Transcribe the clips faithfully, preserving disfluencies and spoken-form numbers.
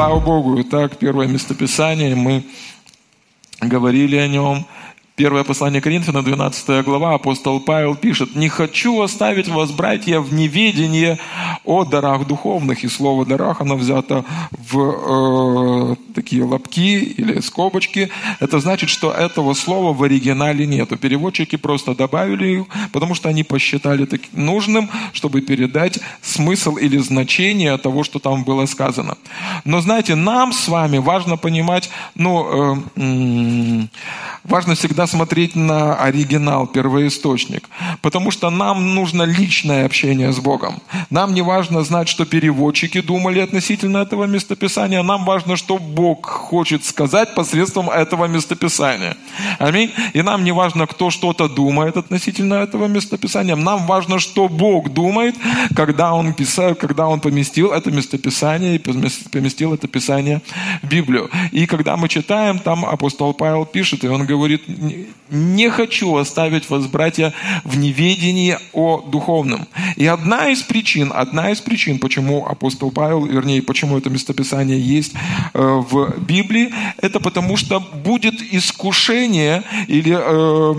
Слава Богу. Итак, первое местописание, мы говорили о нем. Первое послание Коринфянам, двенадцатая глава, апостол Павел пишет: «Не хочу оставить вас, братья, в неведении о дарах духовных». И слово «дарах», оно взято в э, такие лапки или скобочки. Это значит, что этого слова в оригинале нету. Переводчики просто добавили их, потому что они посчитали так нужным, чтобы передать смысл или значение того, что там было сказано. Но, знаете, нам с вами важно понимать, ну, э, э, важно всегда смотреть на оригинал, первоисточник. Потому что нам нужно личное общение с Богом. Нам не важно знать, что переводчики думали относительно этого местописания. Нам важно, что Бог хочет сказать посредством этого местописания. Аминь. И нам не важно, кто что-то думает относительно этого местописания. Нам важно, что Бог думает, когда Он писал, когда Он поместил это местописание и поместил это Писание в Библию. И когда мы читаем, там апостол Павел пишет, и он говорит: «Не хочу оставить вас, братья, в неведении о духовном». И одна из причин, одна из причин, почему апостол Павел, вернее, почему это местописание есть э, в Библии, это потому что будет искушение или э,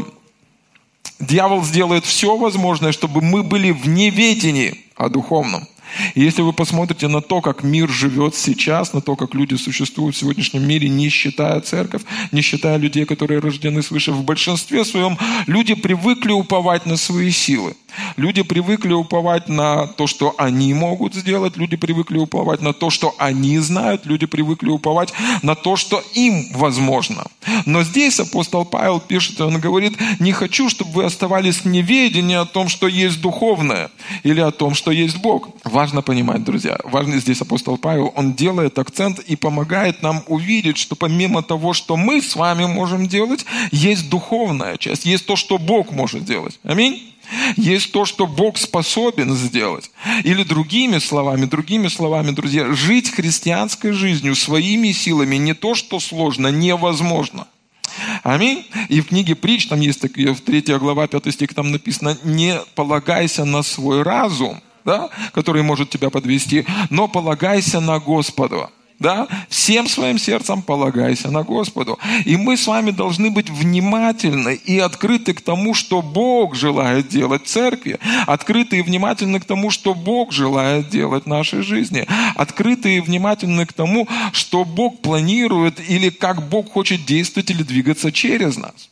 дьявол сделает все возможное, чтобы мы были в неведении о духовном. И если вы посмотрите на то, как мир живет сейчас, на то, как люди существуют в сегодняшнем мире, не считая церковь, не считая людей, которые рождены свыше, в большинстве своем люди привыкли уповать на свои силы. Люди привыкли уповать на то, что они могут сделать, люди привыкли уповать на то, что они знают, люди привыкли уповать на то, что им возможно. Но здесь апостол Павел пишет, и он говорит: «Не хочу, чтобы вы оставались в неведении о том, что есть духовное, или о том, что есть Бог». Важно понимать, друзья, важно здесь апостол Павел, он делает акцент и помогает нам увидеть, что помимо того, что мы с вами можем делать, есть духовная часть, есть то, что Бог может делать. Аминь. Есть то, что Бог способен сделать. Или другими словами, другими словами, друзья, жить христианской жизнью своими силами не то, что сложно, невозможно. Аминь. И в книге Притч, там есть такие, в третья глава, пятый стих, там написано: «Не полагайся на свой разум, да, который может тебя подвести, но полагайся на Господа». Да? Всем своим сердцем полагайся на Господу. И мы с вами должны быть внимательны и открыты к тому, что Бог желает делать в церкви. Открыты и внимательны к тому, что Бог желает делать в нашей жизни. Открыты и внимательны к тому, что Бог планирует или как Бог хочет действовать или двигаться через нас.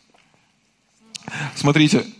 Смотрите.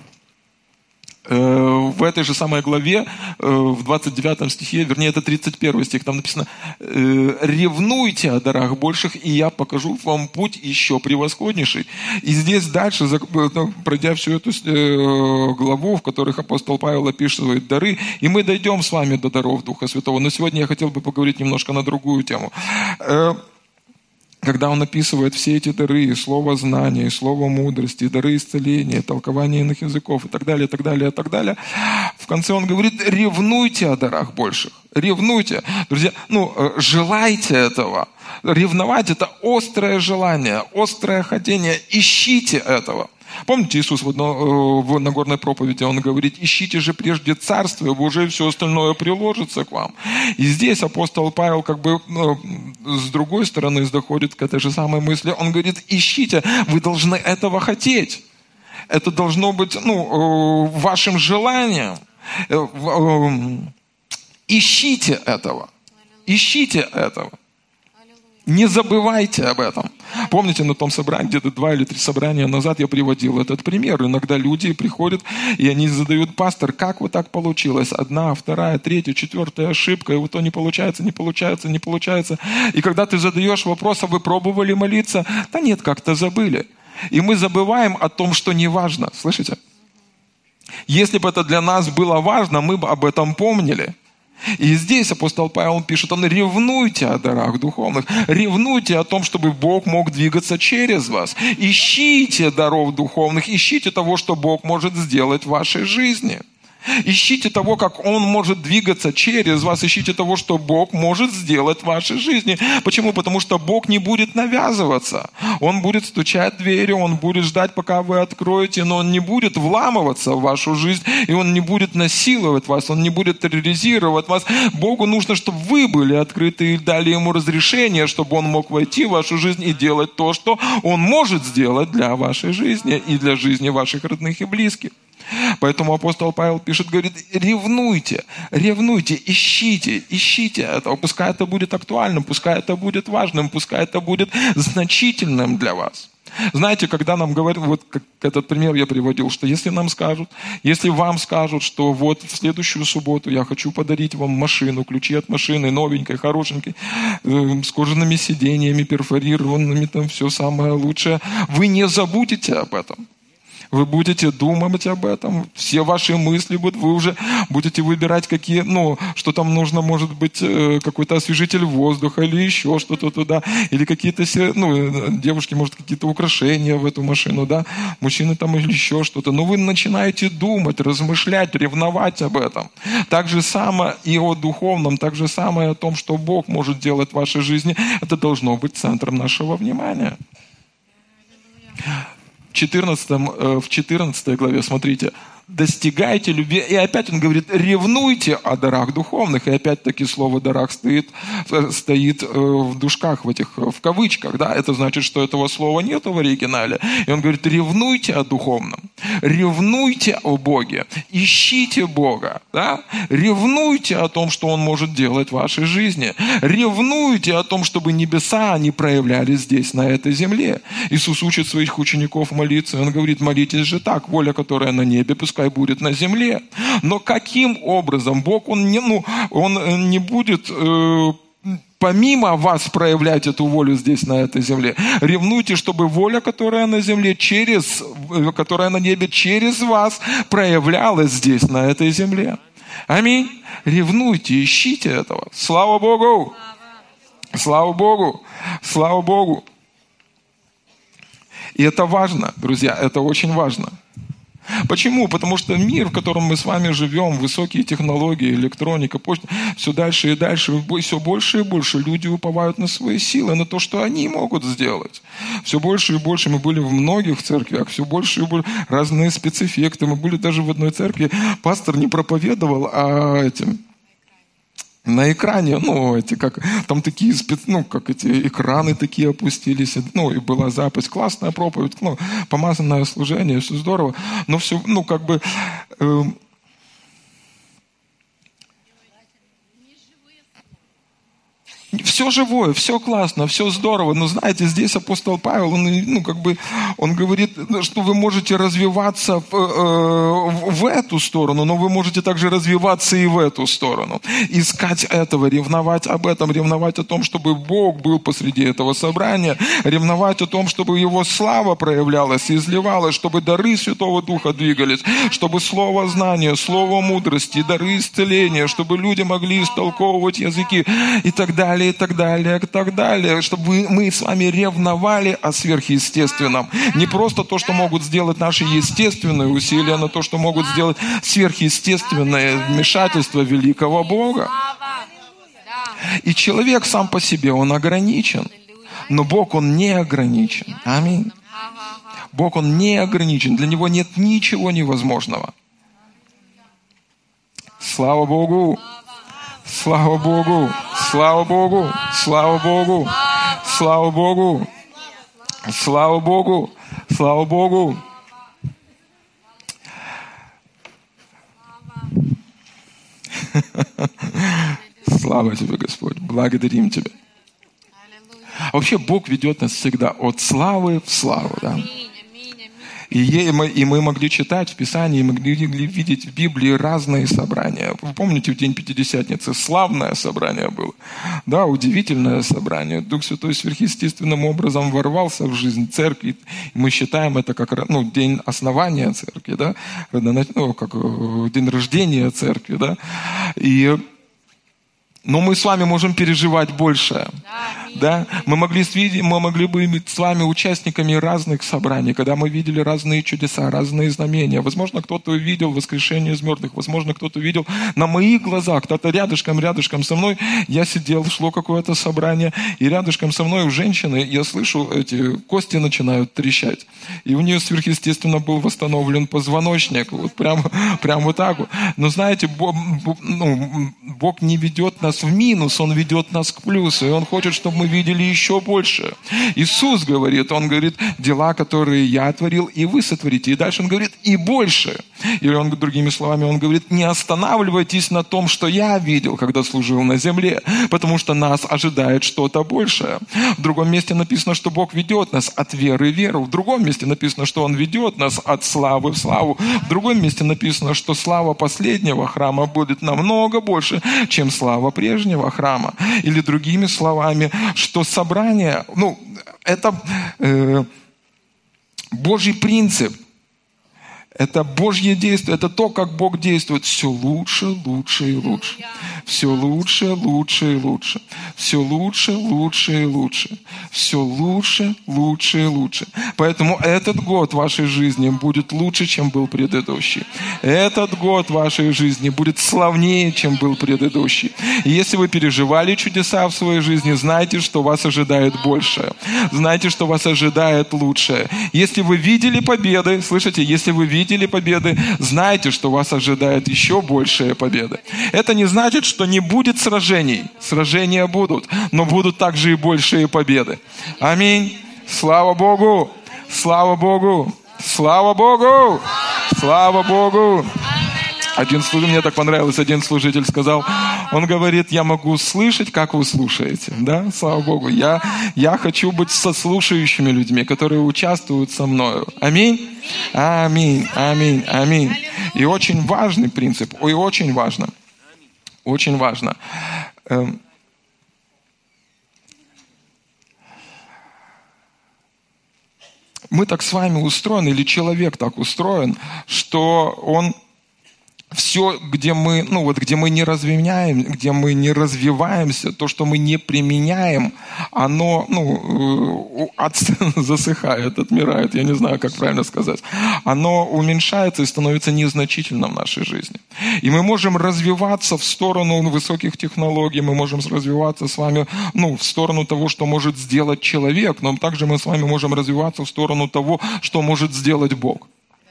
В этой же самой главе, в двадцать девятом стихе, вернее, это тридцать первый стих, там написано: «Ревнуйте о дарах больших, и я покажу вам путь еще превосходнейший». И здесь дальше, пройдя всю эту главу, в которых апостол Павел описывает дары, и мы дойдем с вами до даров Духа Святого. Но сегодня я хотел бы поговорить немножко на другую тему. Когда он описывает все эти дары, и слово знания, и слово мудрости, и дары исцеления, и толкование иных языков, и так далее, и так далее, и так далее, в конце он говорит: ревнуйте о дарах больших. Ревнуйте. Друзья, ну, желайте этого. Ревновать – это острое желание, острое хотение. Ищите этого. Помните, Иисус в Нагорной проповеди, Он говорит: ищите же прежде Царство Его, уже все остальное приложится к вам. И здесь апостол Павел как бы ну, с другой стороны доходит к этой же самой мысли. Он говорит: ищите, вы должны этого хотеть. Это должно быть ну, вашим желанием. Ищите этого. Ищите этого. Не забывайте об этом. Помните, на том собрании, где-то два или три собрания назад я приводил этот пример. Иногда люди приходят, и они задают: пастор, как вот так получилось? Одна, вторая, третья, четвертая ошибка, и вот то не получается, не получается, не получается. И когда ты задаешь вопрос: а вы пробовали молиться? Да нет, как-то забыли. И мы забываем о том, что не важно. Слышите? Если бы это для нас было важно, мы бы об этом помнили. И здесь апостол Павел пишет: он ревнуйте о дарах духовных, ревнуйте о том, чтобы Бог мог двигаться через вас. Ищите даров духовных, ищите того, что Бог может сделать в вашей жизни. Ищите того, как Он может двигаться через вас. Ищите того, что Бог может сделать в вашей жизни. Почему? Потому что Бог не будет навязываться. Он будет стучать в двери, Он будет ждать, пока вы откроете, но Он не будет вламываться в вашу жизнь, и Он не будет насиловать вас, Он не будет терроризировать вас. Богу нужно, чтобы вы были открыты и дали Ему разрешение, чтобы Он мог войти в вашу жизнь и делать то, что Он может сделать для вашей жизни и для жизни ваших родных и близких. Поэтому апостол Павел пишет, говорит, ревнуйте, ревнуйте, ищите, ищите этого. Пускай это будет актуальным, пускай это будет важным, пускай это будет значительным для вас. Знаете, когда нам говорят, вот как этот пример я приводил, что если нам скажут, если вам скажут, что вот в следующую субботу я хочу подарить вам машину, ключи от машины, новенькой, хорошенькой, э, с кожаными сиденьями, перфорированными, там все самое лучшее, вы не забудете об этом. Вы будете думать об этом, все ваши мысли будут, вы уже будете выбирать, какие, ну, что там нужно, может быть, какой-то освежитель воздуха или еще что-то туда, или какие-то, ну, девушки, может, какие-то украшения в эту машину, да, мужчины там или еще что-то. Но вы начинаете думать, размышлять, ревновать об этом. Так же самое и о духовном, так же самое о том, что Бог может делать в вашей жизни, это должно быть центром нашего внимания. В четырнадцатой, в четырнадцатой главе, смотрите, достигайте любви. И опять он говорит, ревнуйте о дарах духовных. И опять-таки слово «дарах» стоит, стоит в дужках, в этих, в кавычках. Да? Это значит, что этого слова нет в оригинале. И он говорит, ревнуйте о духовном. Ревнуйте о Боге. Ищите Бога. Да? Ревнуйте о том, что Он может делать в вашей жизни. Ревнуйте о том, чтобы небеса не проявлялись здесь, на этой земле. Иисус учит своих учеников молиться. Он говорит, молитесь же так, воля, которая на небе, пускай будет на земле. Но каким образом? Бог, Он не, ну, он не будет э, помимо вас проявлять эту волю здесь, на этой земле. Ревнуйте, чтобы воля, которая на земле, через, которая на небе, через вас проявлялась здесь, на этой земле. Аминь. Ревнуйте, ищите этого. Слава Богу! Слава Богу! Слава Богу! И это важно, друзья, это очень важно. Почему? Потому что мир, в котором мы с вами живем, высокие технологии, электроника, почта, все дальше и дальше, все больше и больше люди уповают на свои силы, на то, что они могут сделать. Все больше и больше. Мы были в многих церквях, все больше и больше. Разные спецэффекты. Мы были даже в одной церкви. Пастор не проповедовал, а этим... На экране, ну, эти, как, там такие, спец, ну, как эти экраны такие опустились, ну, и была запись, классная проповедь, ну, помазанное служение, все здорово, но все, ну, как бы, э, все живое, все классно, все здорово. Но знаете, здесь апостол Павел, он, ну, как бы, он говорит, что вы можете развиваться в, э, в эту сторону, но вы можете также развиваться и в эту сторону. Искать этого, ревновать об этом, ревновать о том, чтобы Бог был посреди этого собрания, ревновать о том, чтобы Его слава проявлялась и изливалась, чтобы дары Святого Духа двигались, чтобы слово знания, слово мудрости, дары исцеления, чтобы люди могли истолковывать языки и так далее. И так далее, и так далее, чтобы мы с вами ревновали о сверхъестественном. Не просто то, что могут сделать наши естественные усилия, но то, что могут сделать сверхъестественное вмешательство великого Бога. И человек сам по себе, он ограничен. Но Бог, Он не ограничен. Аминь. Бог, Он не ограничен. Для Него нет ничего невозможного. Слава Богу! Слава Богу! Слава Богу! Слава Богу! Слава Богу! Слава Богу! Слава Богу! Слава Тебе, Господь! Благодарим Тебя! Вообще Бог ведет нас всегда от славы в славу. Да? И мы, и мы могли читать в Писании, мы могли видеть в Библии разные собрания. Вы помните, в день Пятидесятницы славное собрание было? Да, удивительное собрание. Дух Святой сверхъестественным образом ворвался в жизнь церкви. И мы считаем это как, ну, день основания церкви, да? Ну, как день рождения церкви. Да? И... Но мы с вами можем переживать большее. Да? Мы могли, мы могли быть с вами участниками разных собраний, когда мы видели разные чудеса, разные знамения. Возможно, кто-то увидел воскрешение из мертвых, возможно, кто-то увидел на моих глазах, кто-то рядышком, рядышком со мной. Я сидел, шло какое-то собрание, и рядышком со мной у женщины, я слышу, эти кости начинают трещать. И у нее сверхъестественно был восстановлен позвоночник. Вот прямо, прямо вот так вот. Но знаете, Бог, ну, Бог не ведет нас в минус, Он ведет нас к плюсу. И Он хочет, чтобы мы видели еще больше. Иисус говорит, Он говорит, дела, которые я творил, и вы сотворите. И дальше Он говорит, и больше. Или Он, другими словами, Он говорит, не останавливайтесь на том, что я видел, когда служил на земле, потому что нас ожидает что-то большее. В другом месте написано, что Бог ведет нас от веры в веру. В другом месте написано, что Он ведет нас от славы в славу. В другом месте написано, что слава последнего храма будет намного больше, чем слава прежнего храма. Или другими словами, что собрание, ну, это э, Божий принцип. Это Божье действие, это то, как Бог действует. Все лучше, лучше и лучше. Все лучше, лучше и лучше. Все лучше, лучше и лучше. Все лучше, лучше и лучше. Поэтому этот год вашей жизни будет лучше, чем был предыдущий. Этот год вашей жизни будет славнее, чем был предыдущий. И если вы переживали чудеса в своей жизни, знайте, что вас ожидает большее. Знайте, что вас ожидает лучшее. Если вы видели победы, слышите, если вы видели Видели победы, знайте, что вас ожидает еще большие победы. Это не значит, что не будет сражений. Сражения будут, но будут также и большие победы. Аминь. Слава Богу! Слава Богу! Слава Богу! Слава Богу! Один служитель, мне так понравилось, один служитель сказал, он говорит, я могу слышать, как вы слушаете. Да? Слава Богу. Я, я хочу быть со слушающими людьми, которые участвуют со мною. Аминь. Аминь. Аминь. Аминь. И очень важный принцип. Ой, очень важно. Очень важно. Мы так с вами устроены, или человек так устроен, что он все, где мы, ну вот, где мы не развиваем, где мы не развиваемся, то, что мы не применяем, оно, ну, от, засыхает, отмирает, я не знаю, как правильно сказать. Оно уменьшается и становится незначительным в нашей жизни. И мы можем развиваться в сторону высоких технологий, мы можем развиваться с вами, ну, в сторону того, что может сделать человек, но также мы с вами можем развиваться в сторону того, что может сделать Бог.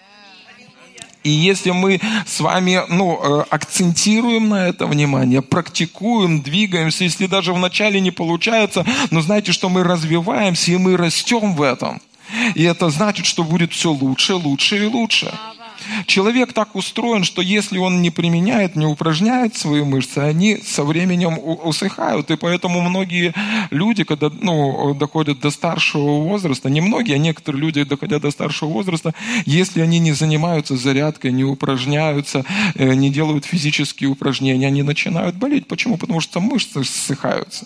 И если мы с вами, ну, акцентируем на это внимание, практикуем, двигаемся, если даже вначале не получается, но знаете, что мы развиваемся и мы растем в этом. И это значит, что будет все лучше, лучше и лучше. Человек так устроен, что если он не применяет, не упражняет свои мышцы, они со временем усыхают. И поэтому многие люди, когда, ну, доходят до старшего возраста, не многие, а некоторые люди, доходят до старшего возраста, если они не занимаются зарядкой, не упражняются, не делают физические упражнения, они начинают болеть. Почему? Потому что мышцы ссыхаются.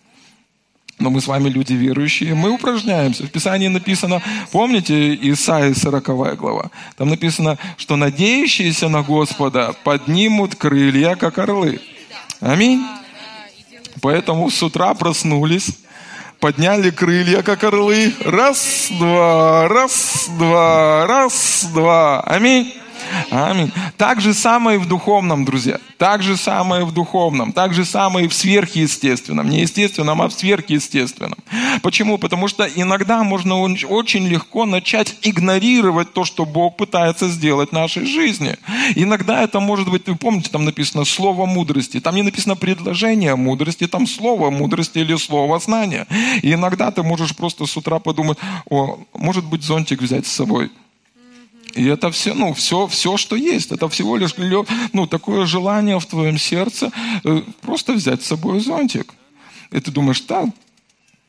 Но мы с вами люди верующие, мы упражняемся. В Писании написано, помните, Исаии сороковая глава, там написано, что надеющиеся на Господа поднимут крылья, как орлы. Аминь. Поэтому с утра проснулись, подняли крылья, как орлы. Раз, два, раз, два, раз, два. Аминь. Аминь. Так же самое и в духовном, друзья. Так же самое и в духовном. Так же самое и в сверхъестественном. Не естественном, а в сверхъестественном. Почему? Потому что иногда можно очень легко начать игнорировать то, что Бог пытается сделать в нашей жизни. Иногда это может быть, вы помните, там написано слово мудрости. Там не написано предложение мудрости, там слово мудрости или слово знания. И иногда ты можешь просто с утра подумать, о, может быть, зонтик взять с собой. И это все, ну, все, все, что есть. Это всего лишь, ну, такое желание в твоем сердце э, просто взять с собой зонтик. И ты думаешь, да,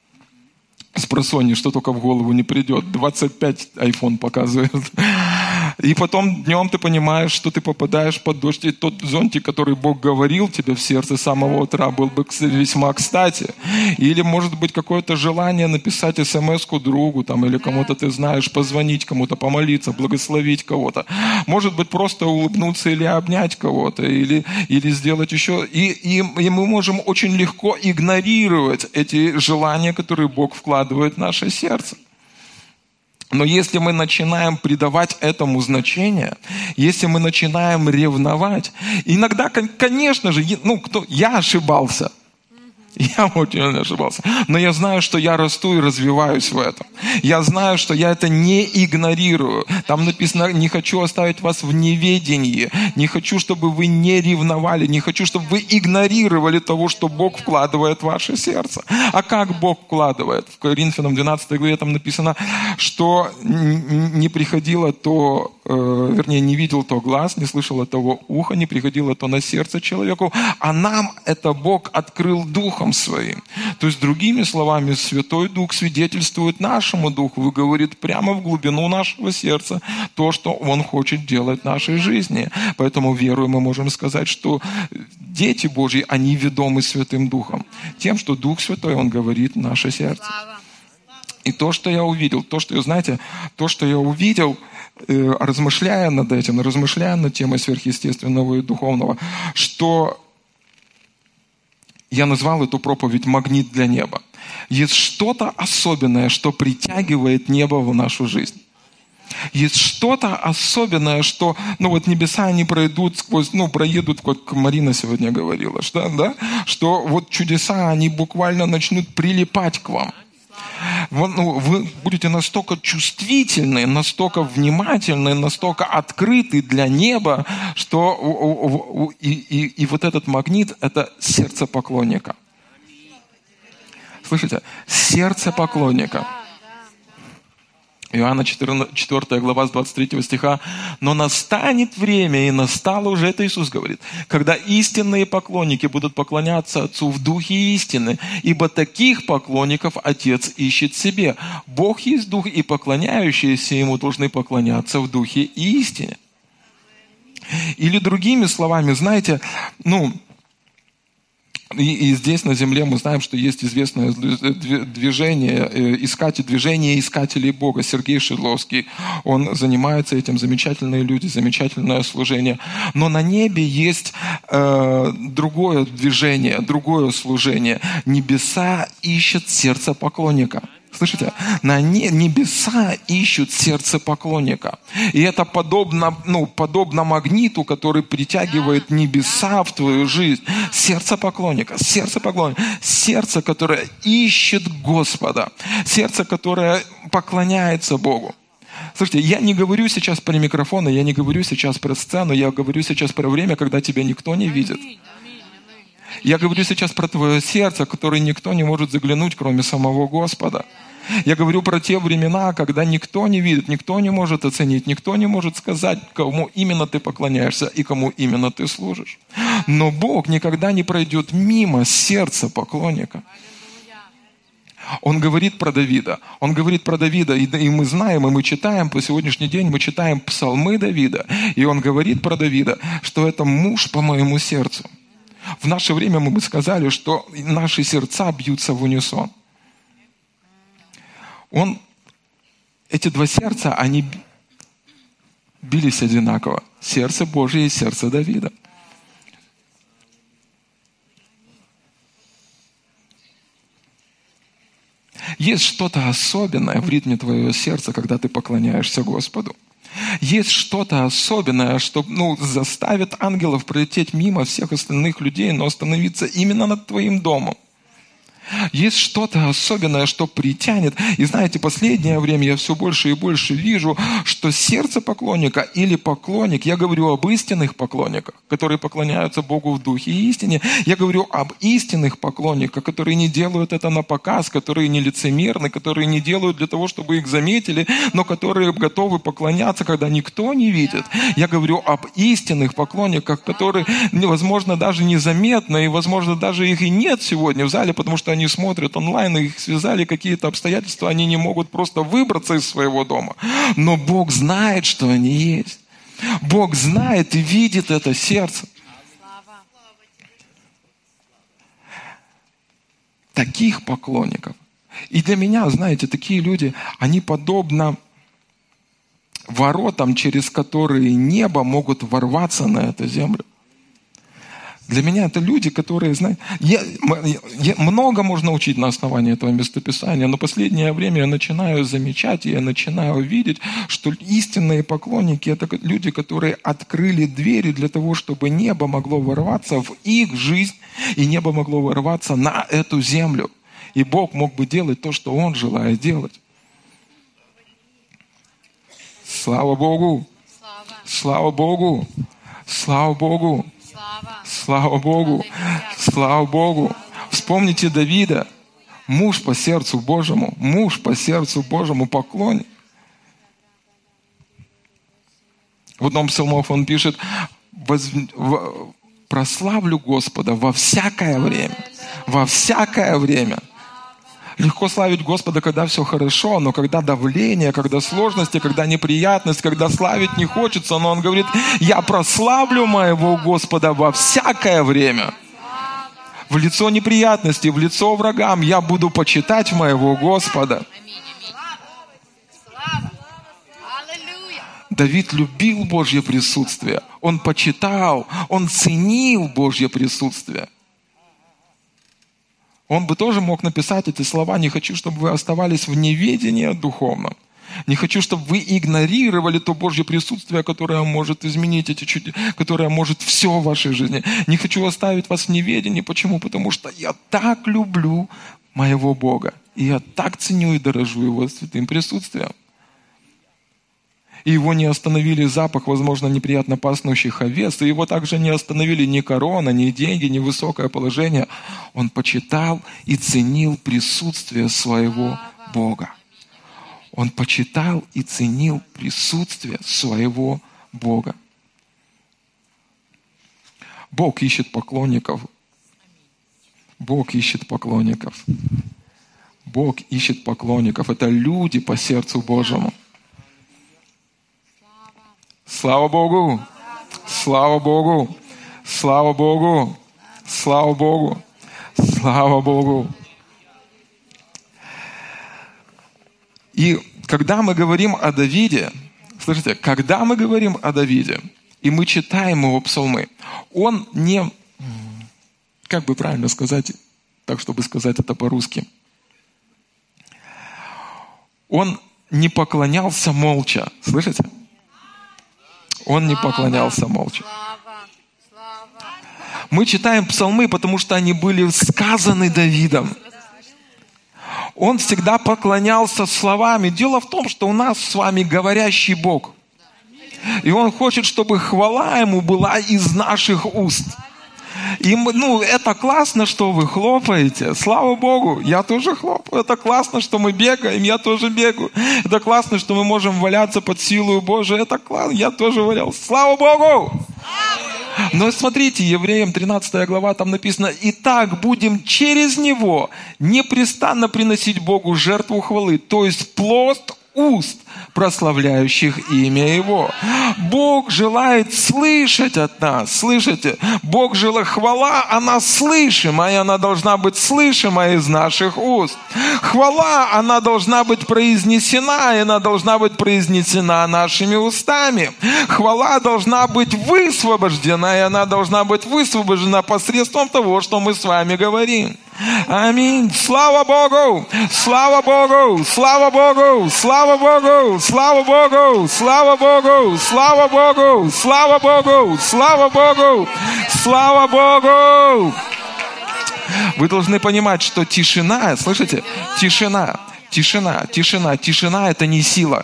спросонья, что только в голову не придет. двадцать пять айфон показывает. И потом днем ты понимаешь, что ты попадаешь под дождь, и тот зонтик, который Бог говорил тебе в сердце с самого утра, был бы весьма кстати. Или, может быть, какое-то желание написать смс-ку другу, там, или кому-то ты знаешь, позвонить кому-то, помолиться, благословить кого-то. Может быть, просто улыбнуться или обнять кого-то, или, или сделать еще. И, и, и мы можем очень легко игнорировать эти желания, которые Бог вкладывает в наше сердце. Но если мы начинаем придавать этому значение, если мы начинаем ревновать, иногда, конечно же, ну, кто, я ошибался. Я очень ошибался. Но я знаю, что я расту и развиваюсь в этом. Я знаю, что я это не игнорирую. Там написано, не хочу оставить вас в неведении. Не хочу, чтобы вы не ревновали. Не хочу, чтобы вы игнорировали того, что Бог вкладывает в ваше сердце. А как Бог вкладывает? В Коринфянам двенадцатой главе там написано, что не приходило то, э, вернее, не видел то глаз, не слышало того ухо, не приходило то на сердце человеку. А нам это Бог открыл Духом Своим. То есть, другими словами, Святой Дух свидетельствует нашему Духу и говорит прямо в глубину нашего сердца то, что Он хочет делать в нашей жизни. Поэтому, веруя, мы можем сказать, что дети Божьи, они ведомы Святым Духом. Тем, что Дух Святой, Он говорит в наше сердце. И то, что я увидел, то, что, знаете, то, что я увидел, э, размышляя над этим, размышляя над темой сверхъестественного и духовного, что я назвал эту проповедь «Магнит для неба». Есть что-то особенное, что притягивает небо в нашу жизнь. Есть что-то особенное, что, ну вот небеса, они пройдут сквозь, ну, проедут, как Марина сегодня говорила, что, да, что вот чудеса, они буквально начнут прилипать к вам. Вы, ну, вы будете настолько чувствительны, настолько внимательны, настолько открыты для неба, что и, и, и вот этот магнит – это сердце поклонника. Слышите? Сердце поклонника. Иоанна четвёртая глава с двадцать третьего стиха. «Но настанет время, и настало уже», это Иисус говорит, «когда истинные поклонники будут поклоняться Отцу в духе истины, ибо таких поклонников Отец ищет себе. Бог есть Дух, и поклоняющиеся Ему должны поклоняться в духе и истине». Или другими словами, знаете, ну, И, и здесь на земле мы знаем, что есть известное движение, искатель, движение искателей Бога. Сергей Шедловский, он занимается этим, замечательные люди, замечательное служение. Но на небе есть э, другое движение, другое служение. Небеса ищут сердце поклонника. Слышите? На небеса ищут сердце поклонника. И это подобно, ну, подобно магниту, который притягивает небеса в твою жизнь. Сердце поклонника, сердце поклонника, сердце, которое ищет Господа, сердце, которое поклоняется Богу. Слушайте, я не говорю сейчас про микрофоны, я не говорю сейчас про сцену, я говорю сейчас про время, когда тебя никто не видит. Я говорю сейчас про твое сердце, в которое никто не может заглянуть, кроме самого Господа. Я говорю про те времена, когда никто не видит, никто не может оценить, никто не может сказать, кому именно ты поклоняешься и кому именно ты служишь. Но Бог никогда не пройдет мимо сердца поклонника. Он говорит про Давида. Он говорит про Давида, и, и мы знаем, и мы читаем, по сегодняшний день мы читаем псалмы Давида, и он говорит про Давида, что это муж по моему сердцу. В наше время мы бы сказали, что наши сердца бьются в унисон. Он, эти два сердца, они бились одинаково. Сердце Божие и сердце Давида. Есть что-то особенное в ритме твоего сердца, когда ты поклоняешься Господу. Есть что-то особенное, что, ну, заставит ангелов пролететь мимо всех остальных людей, но остановиться именно над твоим домом. Есть что-то особенное, что притянет. И знаете, последнее время я все больше и больше вижу, что сердце поклонника или поклонник, я говорю об истинных поклонниках, которые поклоняются Богу в духе и истине. Я говорю об истинных поклонниках, которые не делают это на показ, которые не лицемерны, которые не делают для того, чтобы их заметили, но которые готовы поклоняться, когда никто не видит. Я говорю об истинных поклонниках, которые, возможно, даже незаметны, и, возможно, даже их и нет сегодня в зале, потому что они смотрят онлайн, их связали какие-то обстоятельства, они не могут просто выбраться из своего дома. Но Бог знает, что они есть. Бог знает и видит это сердце. Таких поклонников. И для меня, знаете, такие люди, они подобно воротам, через которые небо могут ворваться на эту землю. Для меня это люди, которые, знаете, я, я, много можно учить на основании этого местописания, но последнее время я начинаю замечать, и я начинаю видеть, что истинные поклонники – это люди, которые открыли двери для того, чтобы небо могло ворваться в их жизнь, и небо могло ворваться на эту землю. И Бог мог бы делать то, что Он желает делать. Слава Богу! Слава Богу! Слава Богу! Слава Богу! Слава Богу! Вспомните Давида, муж по сердцу Божьему, муж по сердцу Божьему, поклонник. В одном псалмов он пишет: «Прославлю Господа во всякое время». Во всякое время. Легко славить Господа, когда все хорошо, но когда давление, когда сложности, когда неприятность, когда славить не хочется, но он говорит: я прославлю моего Господа во всякое время. В лицо неприятности, в лицо врагам я буду почитать моего Господа. Давид любил Божье присутствие. Он почитал, он ценил Божье присутствие. Он бы тоже мог написать эти слова: не хочу, чтобы вы оставались в неведении духовном. Не хочу, чтобы вы игнорировали то Божье присутствие, которое может изменить эти чудеса, которое может все в вашей жизни. Не хочу оставить вас в неведении. Почему? Потому что я так люблю моего Бога. И я так ценю и дорожу Его святым присутствием. И его не остановили запах, возможно, неприятно пахнущих овец, и его также не остановили ни корона, ни деньги, ни высокое положение. Он почитал и ценил присутствие своего Бога. Он почитал и ценил присутствие своего Бога. Бог ищет поклонников. Бог ищет поклонников. Бог ищет поклонников. Это люди по сердцу Божьему. Слава Богу! Слава Богу! Слава Богу! Слава Богу! Слава Богу! И когда мы говорим о Давиде, слышите, когда мы говорим о Давиде, и мы читаем его псалмы, он не, как бы правильно сказать, так, чтобы сказать это по-русски, он не поклонялся молча, слышите? Он не поклонялся молча. Мы читаем псалмы, потому что они были сказаны Давидом. Он всегда поклонялся словами. Дело в том, что у нас с вами говорящий Бог. И Он хочет, чтобы хвала Ему была из наших уст. И мы, ну, это классно, что вы хлопаете. Слава Богу, я тоже хлопаю. Это классно, что мы бегаем, я тоже бегаю. Это классно, что мы можем валяться под силою Божией. Это классно, я тоже валялся. Слава Богу! Но смотрите, Евреям тринадцатая глава, там написано: «Итак, будем через Него непрестанно приносить Богу жертву хвалы, то есть плод уст, прославляющих имя Его». Бог желает слышать от нас, слышите? Бог желает, хвала, она слышима, и она должна быть слышима из наших уст. Хвала, она должна быть произнесена, и она должна быть произнесена нашими устами. Хвала должна быть высвобождена, и она должна быть высвобождена посредством того, что мы с вами говорим. Аминь. Слава Богу! Слава Богу! Слава Богу! Слава Богу! Слава Богу! Слава Богу! Слава Богу! Слава Богу! Слава Богу! Слава Богу! Вы должны понимать, что тишина, слышите? Тишина, тишина, тишина, тишина – это не сила.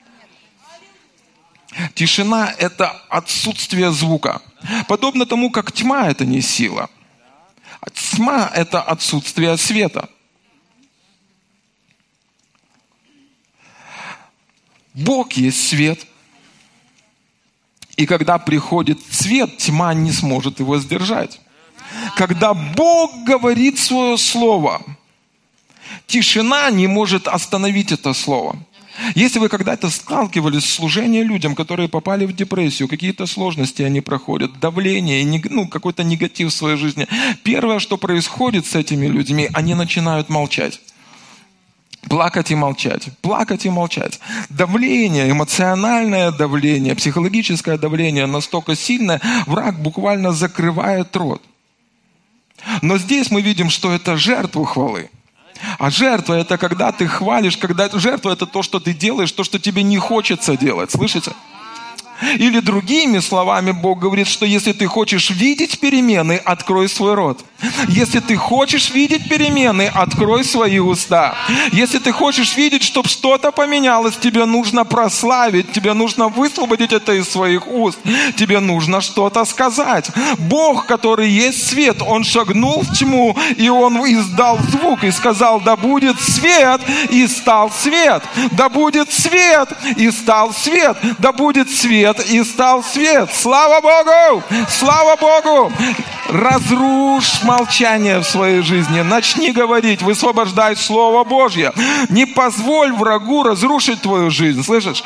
Тишина – это отсутствие звука. Подобно тому, как тьма – это не сила. Тьма – это отсутствие света. Бог есть свет. И когда приходит свет, тьма не сможет его сдержать. Когда Бог говорит свое слово, тишина не может остановить это слово. Если вы когда-то сталкивались с служением людям, которые попали в депрессию, какие-то сложности они проходят, давление, ну, какой-то негатив в своей жизни, первое, что происходит с этими людьми, они начинают молчать. Плакать и молчать, плакать и молчать. Давление, эмоциональное давление, психологическое давление настолько сильное, враг буквально закрывает рот. Но здесь мы видим, что это жертву хвалы. А жертва – это когда ты хвалишь, когда жертва – это то, что ты делаешь, то, что тебе не хочется делать. Слышите? Или другими словами Бог говорит, что если ты хочешь видеть перемены, открой свой рот. Если ты хочешь видеть перемены, открой свои уста. Если ты хочешь видеть, чтобы что-то поменялось, тебе нужно прославить, тебе нужно высвободить это из своих уст. Тебе нужно что-то сказать. Бог, который есть свет, Он шагнул в тьму, и Он издал звук и сказал: да будет свет, и стал свет. Да будет свет, и стал свет. Да будет свет, и стал свет. Слава Богу! Слава Богу! Разрушь молчание в своей жизни. Начни говорить, высвобождай Слово Божье. Не позволь врагу разрушить твою жизнь. Слышишь?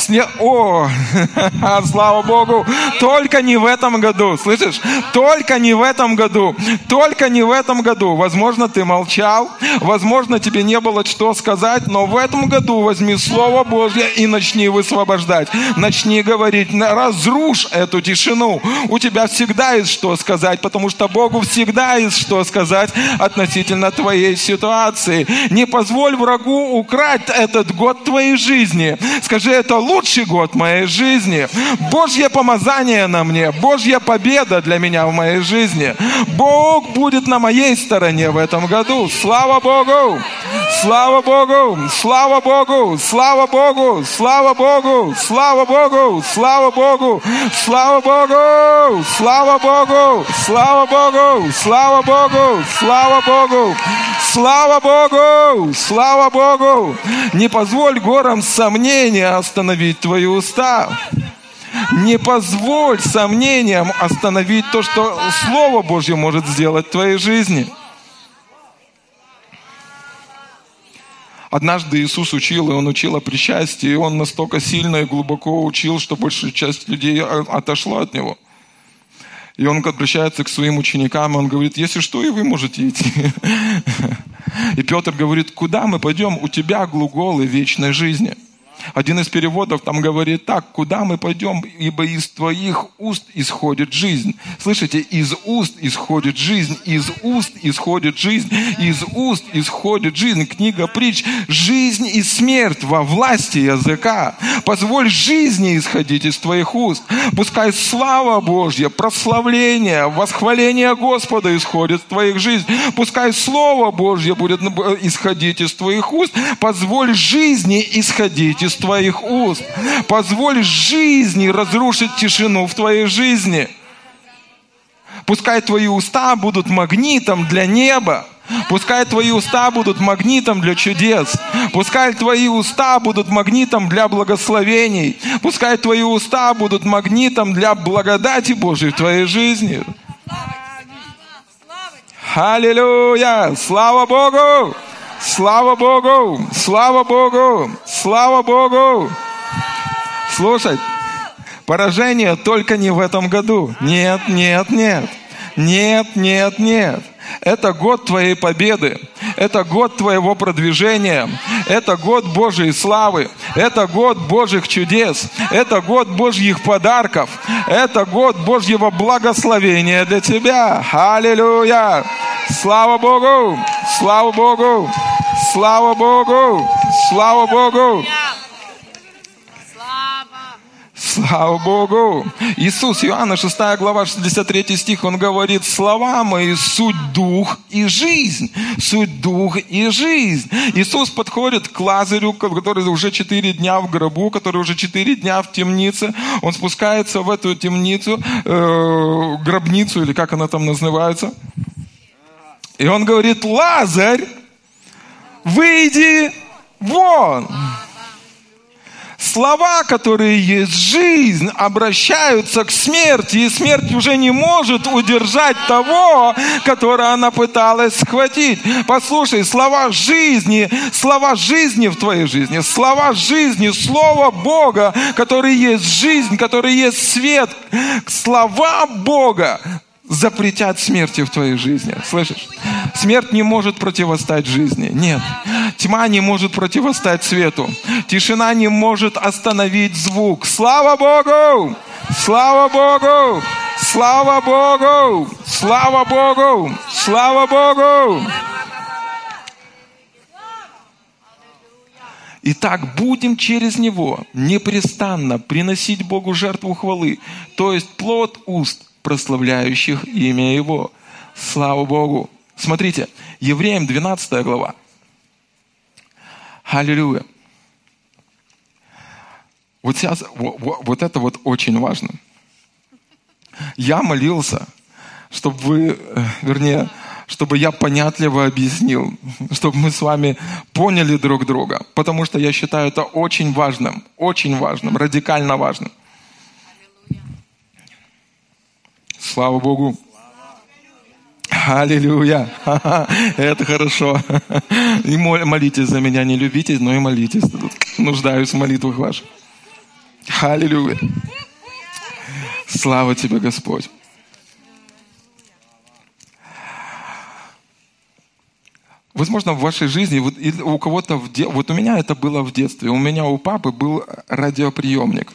О, слава Богу! Только не в этом году. Слышишь? Только не в этом году. Только не в этом году. Возможно, ты молчал. Возможно, тебе не было что сказать. Но в этом году возьми Слово Божье и начни высвобождать. Начни говорить. Разрушь эту тишину. У тебя всегда есть что сказать, потому что Богу всегда есть что сказать относительно твоей ситуации. Не позволь врагу украть этот год твоей жизни. Скажи: это лучший год моей жизни. Божье помазание на мне. Божья победа для меня в моей жизни. Бог будет на моей стороне в этом году. Слава Богу! Слава Богу! Слава Богу! Слава Богу! Слава Богу! Слава Богу! Слава Богу! Слава Богу! Слава Богу! Слава Богу! Слава Богу! Слава Богу! Слава Богу! Слава Богу! Не позволь горам сомнения остановить твои уста. Не позволь сомнениям остановить то, что Слово Божье может сделать в твоей жизни. Однажды Иисус учил, и Он учил о причастии, и Он настолько сильно и глубоко учил, что большая часть людей отошла от Него. И Он обращается к своим ученикам, и Он говорит: если что, и вы можете идти. И Петр говорит: куда мы пойдем? У тебя глаголы вечной жизни. Один из переводов там говорит так: куда мы пойдем, ибо из твоих уст исходит жизнь. Слышите? Из уст исходит жизнь, из уст исходит жизнь, из уст исходит жизнь. Книга Притч: жизнь и смерть во власти языка. Позволь жизни исходить из твоих уст. Пускай слава Божья, прославление, восхваление Господа исходит в твоих жизнь. Пускай Слово Божье будет исходить из твоих уст. Позволь жизни исходить из твоих уст. Позволь жизни разрушить тишину в твоей жизни. Пускай твои уста будут магнитом для неба. Пускай твои уста будут магнитом для чудес. Пускай твои уста будут магнитом для благословений. Пускай твои уста будут магнитом для благодати Божьей в твоей жизни. Аллилуйя! Слава Богу! Слава Богу! Слава Богу! Слава Богу! Слушай, поражение только не в этом году. Нет, нет, нет. Нет, нет, нет. Это год твоей победы. Это год твоего продвижения. Это год Божьей славы. Это год Божьих чудес. Это год Божьих подарков. Это год Божьего благословения для тебя. Аллилуйя! Слава Богу! Слава Богу! Слава Богу! Слава Богу! Слава Богу! Иисус, Иоанна шестая глава, шестьдесят третий стих, Он говорит: слова мои суть дух и жизнь. Суть дух и жизнь. Иисус подходит к Лазарю, который уже четыре дня в гробу, который уже четыре дня в темнице. Он спускается в эту темницу, э, гробницу, или как она там называется. И Он говорит: Лазарь, выйди вон. Слова, которые есть жизнь, обращаются к смерти, и смерть уже не может удержать того, которого она пыталась схватить. Послушай, слова жизни, слова жизни в твоей жизни, слова жизни, Слово Бога, который есть жизнь, который есть свет, слова Бога запретят смерти в твоей жизни. Слышишь? Смерть не может противостать жизни. Нет. Тьма не может противостать свету. Тишина не может остановить звук. Слава Богу! Слава Богу! Слава Богу! Слава Богу! Слава Богу! Итак, будем через Него непрестанно приносить Богу жертву хвалы, то есть плод уст, прославляющих имя Его. Слава Богу! Смотрите, Евреям двенадцатая глава. Аллилуйя! Вот сейчас, вот, вот это вот очень важно. Я молился, чтобы вы, вернее, чтобы я понятливо объяснил, чтобы мы с вами поняли друг друга. Потому что я считаю это очень важным, очень важным, радикально важным. Слава Богу! Аллилуйя! Это хорошо. И молитесь за меня, не любитесь, но и молитесь. Нуждаюсь в молитвах ваших. Аллилуйя! Слава Тебе, Господь! Возможно, в вашей жизни, вот у кого-то, в де... вот у меня это было в детстве, у меня у папы был радиоприемник.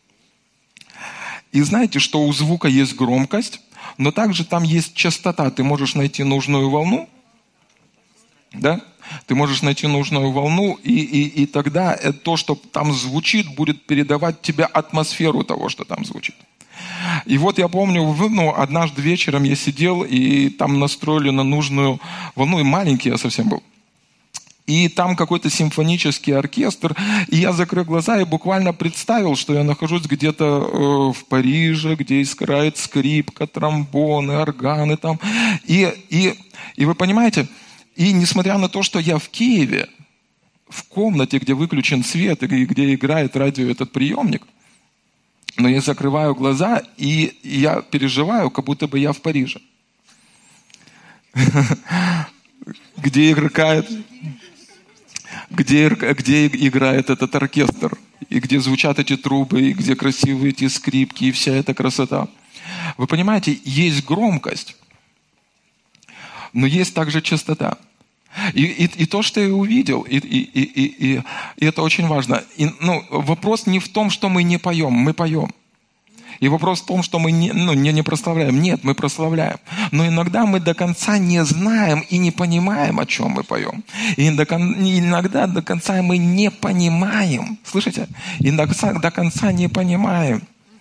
И знаете, что у звука есть громкость, но также там есть частота. Ты можешь найти нужную волну, да? Ты можешь найти нужную волну, и, и, и тогда то, что там звучит, будет передавать тебе атмосферу того, что там звучит. И вот я помню, ну, однажды вечером я сидел, и там настроили на нужную волну, и маленький я совсем был. И там какой-то симфонический оркестр, и я закрыл глаза и буквально представил, что я нахожусь где-то э, в Париже, где играет скрипка, тромбоны, органы там. И, и, и вы понимаете, и несмотря на то, что я в Киеве, в комнате, где выключен свет, и где играет радио этот приемник, но я закрываю глаза, и я переживаю, как будто бы я в Париже. Где играет... Где, где играет этот оркестр, и где звучат эти трубы, и где красивые эти скрипки, и вся эта красота. Вы понимаете, есть громкость, но есть также частота. И, и, и то, что я увидел, и, и, и, и, и это очень важно. И, ну, вопрос не в том, что мы не поем, мы поем. И вопрос в том, что мы не, ну, не, не прославляем. Нет, мы прославляем. Но иногда мы до конца не знаем и не понимаем, о чем мы поем. И до, иногда до конца мы не понимаем. Слышите? И до конца, до конца не понимаем,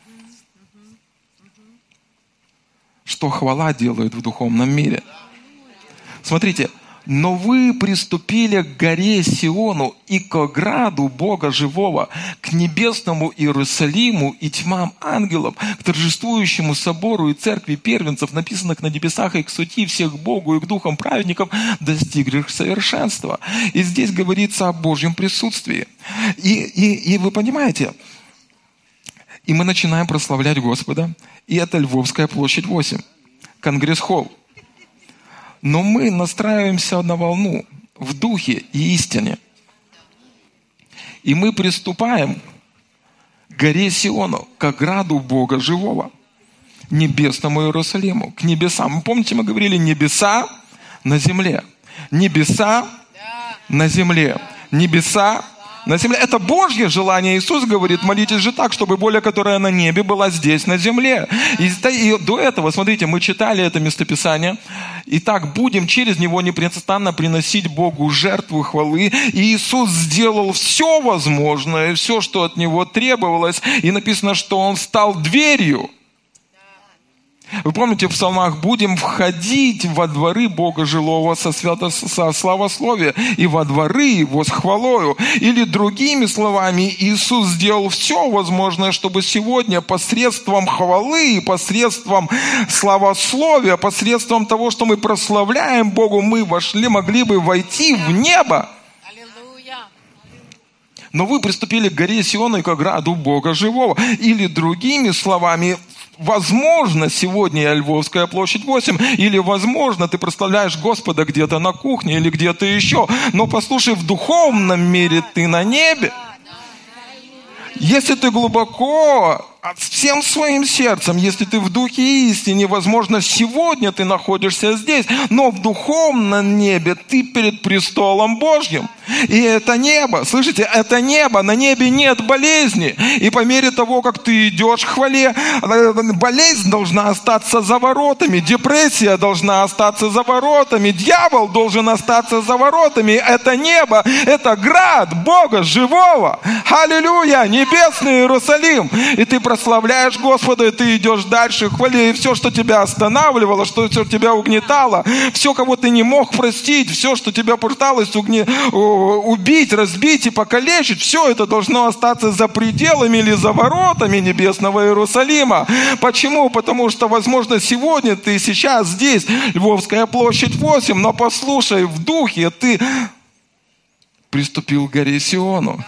что хвала делает в духовном мире. Смотрите. Но вы приступили к горе Сиону и к ограду Бога живого, к небесному Иерусалиму и тьмам ангелов, к торжествующему собору и церкви первенцев, написанных на небесах, и к сути всех Богу и к духам праведников, достигших совершенства. И здесь говорится о Божьем присутствии. И, и, и вы понимаете, и мы начинаем прославлять Господа, и это Львовская площадь восемь, Конгресс-холл. Но мы настраиваемся на волну в духе и истине. И мы приступаем к горе Сиону, к ограду Бога живого, небесному Иерусалиму, к небесам. Помните, мы говорили небеса на земле. Небеса на земле. Небеса на земле. Это Божье желание. Иисус говорит, молитесь же так, чтобы воля, которая на небе, была здесь, на земле. И, и до этого, смотрите, мы читали это местописание. Итак, будем через него непрестанно приносить Богу жертву хвалы. И Иисус сделал все возможное, все, что от Него требовалось. И написано, что Он стал дверью. Вы помните, в псалмах «Будем входить во дворы Бога жилого со, свято, со славословия и во дворы Его с хвалою». Или другими словами, Иисус сделал все возможное, чтобы сегодня посредством хвалы и посредством славословия, посредством того, что мы прославляем Богу, мы вошли, могли бы войти в небо. Но вы приступили к горе Сиону и к ограду Бога живого. Или другими словами, возможно, сегодня Львовская площадь восемь, или, возможно, ты прославляешь Господа где-то на кухне или где-то еще. Но послушай, в духовном мире ты на небе. Если ты глубоко, всем своим сердцем, если ты в духе истине, возможно, сегодня ты находишься здесь, но в духовном небе ты перед престолом Божьим. И это небо, слышите, это небо, на небе нет болезни. И по мере того, как ты идешь к хвале, болезнь должна остаться за воротами, депрессия должна остаться за воротами, дьявол должен остаться за воротами. Это небо, это град Бога живого. Аллилуйя, небесный Иерусалим. И ты прославляешь Господа, и ты идешь дальше в хвале, и все, что тебя останавливало, что все тебя угнетало, все, кого ты не мог простить, все, что тебя пыталось угне... убить, разбить и покалечить, все это должно остаться за пределами или за воротами небесного Иерусалима. Почему? Потому что, возможно, сегодня ты сейчас здесь, Львовская площадь восемь, но послушай, в духе ты приступил к горе Сиону,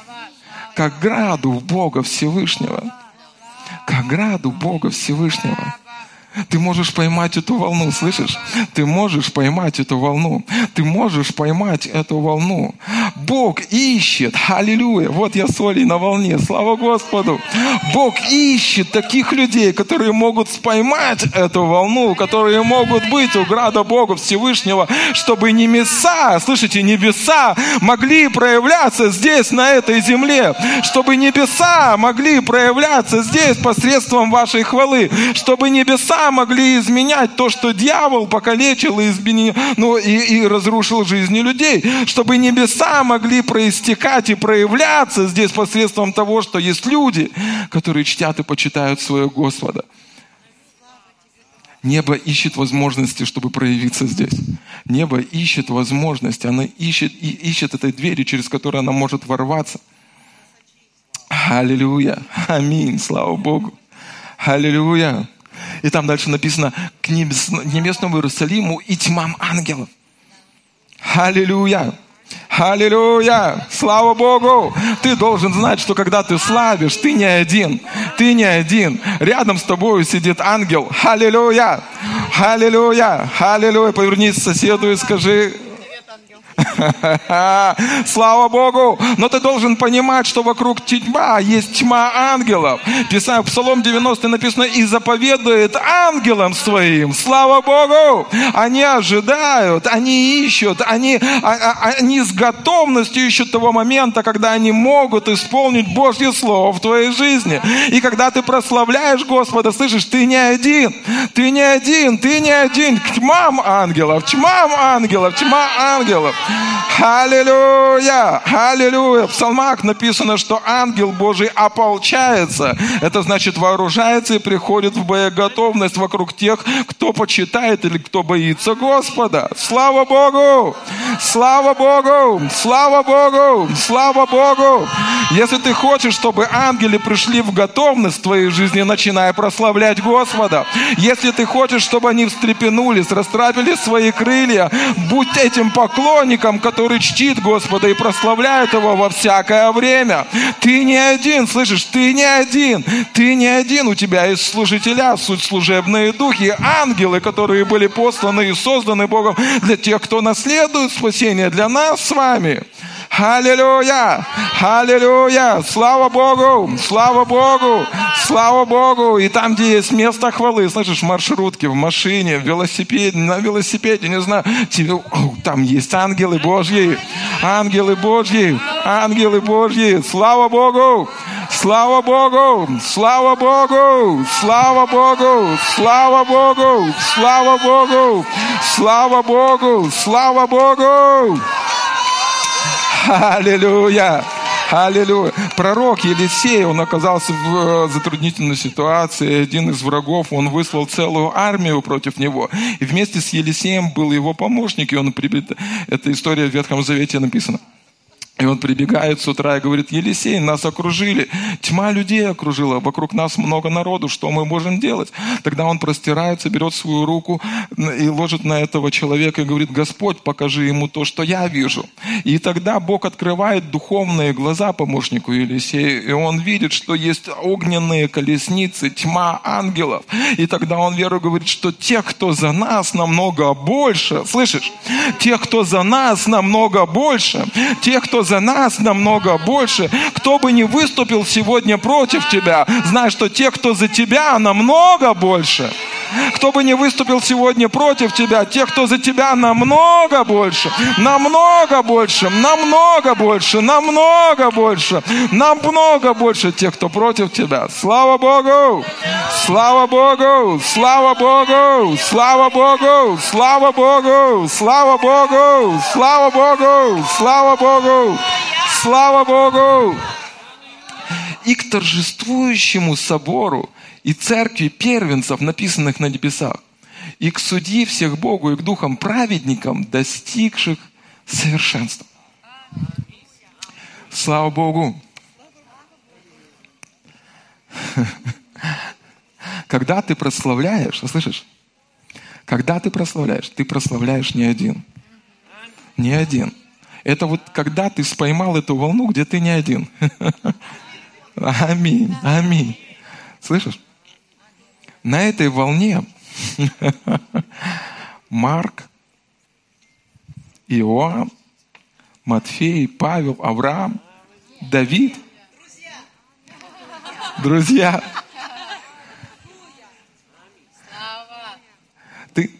к граду Бога Всевышнего. К граду Бога Всевышнего. Ты можешь поймать эту волну, слышишь? Ты можешь поймать эту волну. Ты можешь поймать эту волну. Бог ищет, аллилуйя, вот я с Олей на волне, слава Господу. Бог ищет таких людей, которые могут поймать эту волну, которые могут быть у града Бога Всевышнего, чтобы небеса, слышите, небеса могли проявляться здесь, на этой земле, чтобы небеса могли проявляться здесь посредством вашей хвалы, чтобы небеса могли изменять то, что дьявол покалечил и, изменил, ну, и, и разрушил жизни людей, чтобы небеса могли проистекать и проявляться здесь посредством того, что есть люди, которые чтят и почитают своего Господа. Небо ищет возможности, чтобы проявиться здесь. Небо ищет возможности, оно ищет и ищет этой двери, через которую она может ворваться. Аллилуйя. Аминь. Слава Богу. Аллилуйя. И там дальше написано: к небесному Иерусалиму и тьмам ангелов. Аллилуйя! Аллилуйя! Слава Богу! Ты должен знать, что когда ты славишь, ты не один. Ты не один. Рядом с тобой сидит ангел. Аллилуйя! Аллилуйя! Аллилуйя! Повернись к соседу и скажи: слава Богу! Но ты должен понимать, что вокруг тьма, есть тьма ангелов. Писание, Псалом девяносто написано: и заповедует ангелам своим. Слава Богу! Они ожидают, они ищут, они, они с готовностью ищут того момента, когда они могут исполнить Божье Слово в твоей жизни. И когда ты прославляешь Господа, слышишь, ты не один, ты не один, ты не один. К тьмам ангелов, тьмам ангелов, тьма ангелов. Аллилуйя! Аллилуйя! В псалмах написано, что ангел Божий ополчается. Это значит, вооружается и приходит в боеготовность вокруг тех, кто почитает или кто боится Господа. Слава Богу! Слава Богу! Слава Богу! Слава Богу! Если ты хочешь, чтобы ангелы пришли в готовность в твоей жизни, начинай прославлять Господа. Если ты хочешь, чтобы они встрепенулись, расправили свои крылья, будь этим поклонником, который чтит Господа и прославляет Его во всякое время. Ты не один, слышишь, ты не один. Ты не один, у тебя есть служителя, суть служебные духи, ангелы, которые были посланы и созданы Богом для тех, кто наследует спасение, для нас с вами. Аллилуйя! Аллилуйя! Слава Богу! Слава Богу! Слава Богу! И там, где есть место хвалы, слышишь, в маршрутке, в машине, в велосипеде, на велосипеде, не знаю, тебе, о, там есть ангелы Божьи, ангелы Божьи, ангелы Божьи. Слава Богу! Слава Богу! Слава Богу! Слава Богу! Слава Богу! Слава Богу! Слава Богу! Слава Богу! Аллилуйя! Аллилуйя! Пророк Елисей, он оказался в затруднительной ситуации. Один из врагов, он выслал целую армию против него. И вместе с Елисеем был его помощник, и он прибит. Эта история в Ветхом Завете написана. И он прибегает с утра и говорит: Елисей, нас окружили, тьма людей окружила, вокруг нас много народу, что мы можем делать? Тогда он простирается, берет свою руку и ложит на этого человека и говорит: Господь, покажи ему то, что я вижу. И тогда Бог открывает духовные глаза помощнику Елисея, и он видит, что есть огненные колесницы, тьма ангелов. И тогда он веру говорит, что тех, кто за нас, намного больше. Слышишь? Тех, кто за нас, намного больше. Тех, кто за нас, намного больше. Кто бы ни выступил сегодня против тебя, знай, что те, кто за тебя, намного больше. Кто бы ни выступил сегодня против тебя, те, кто за тебя, намного больше, намного больше, намного больше, намного больше, намного больше тех, кто против тебя. Слава Богу! Слава Богу! Слава Богу! Слава Богу! Слава Богу! Слава Богу! Слава Богу! Слава Богу! Слава Богу! И к торжествующему собору и церкви первенцев, написанных на небесах, и к судьи всех Богу, и к духам праведникам, достигших совершенства. Слава Богу! Когда ты прославляешь, слышишь? Когда ты прославляешь, ты прославляешь не один. Не один. Это вот когда ты споймал эту волну, где ты не один. Аминь, аминь. Слышишь? На этой волне Марк, Иоанн, Матфей, Павел, Авраам, Давид. Друзья. Ты...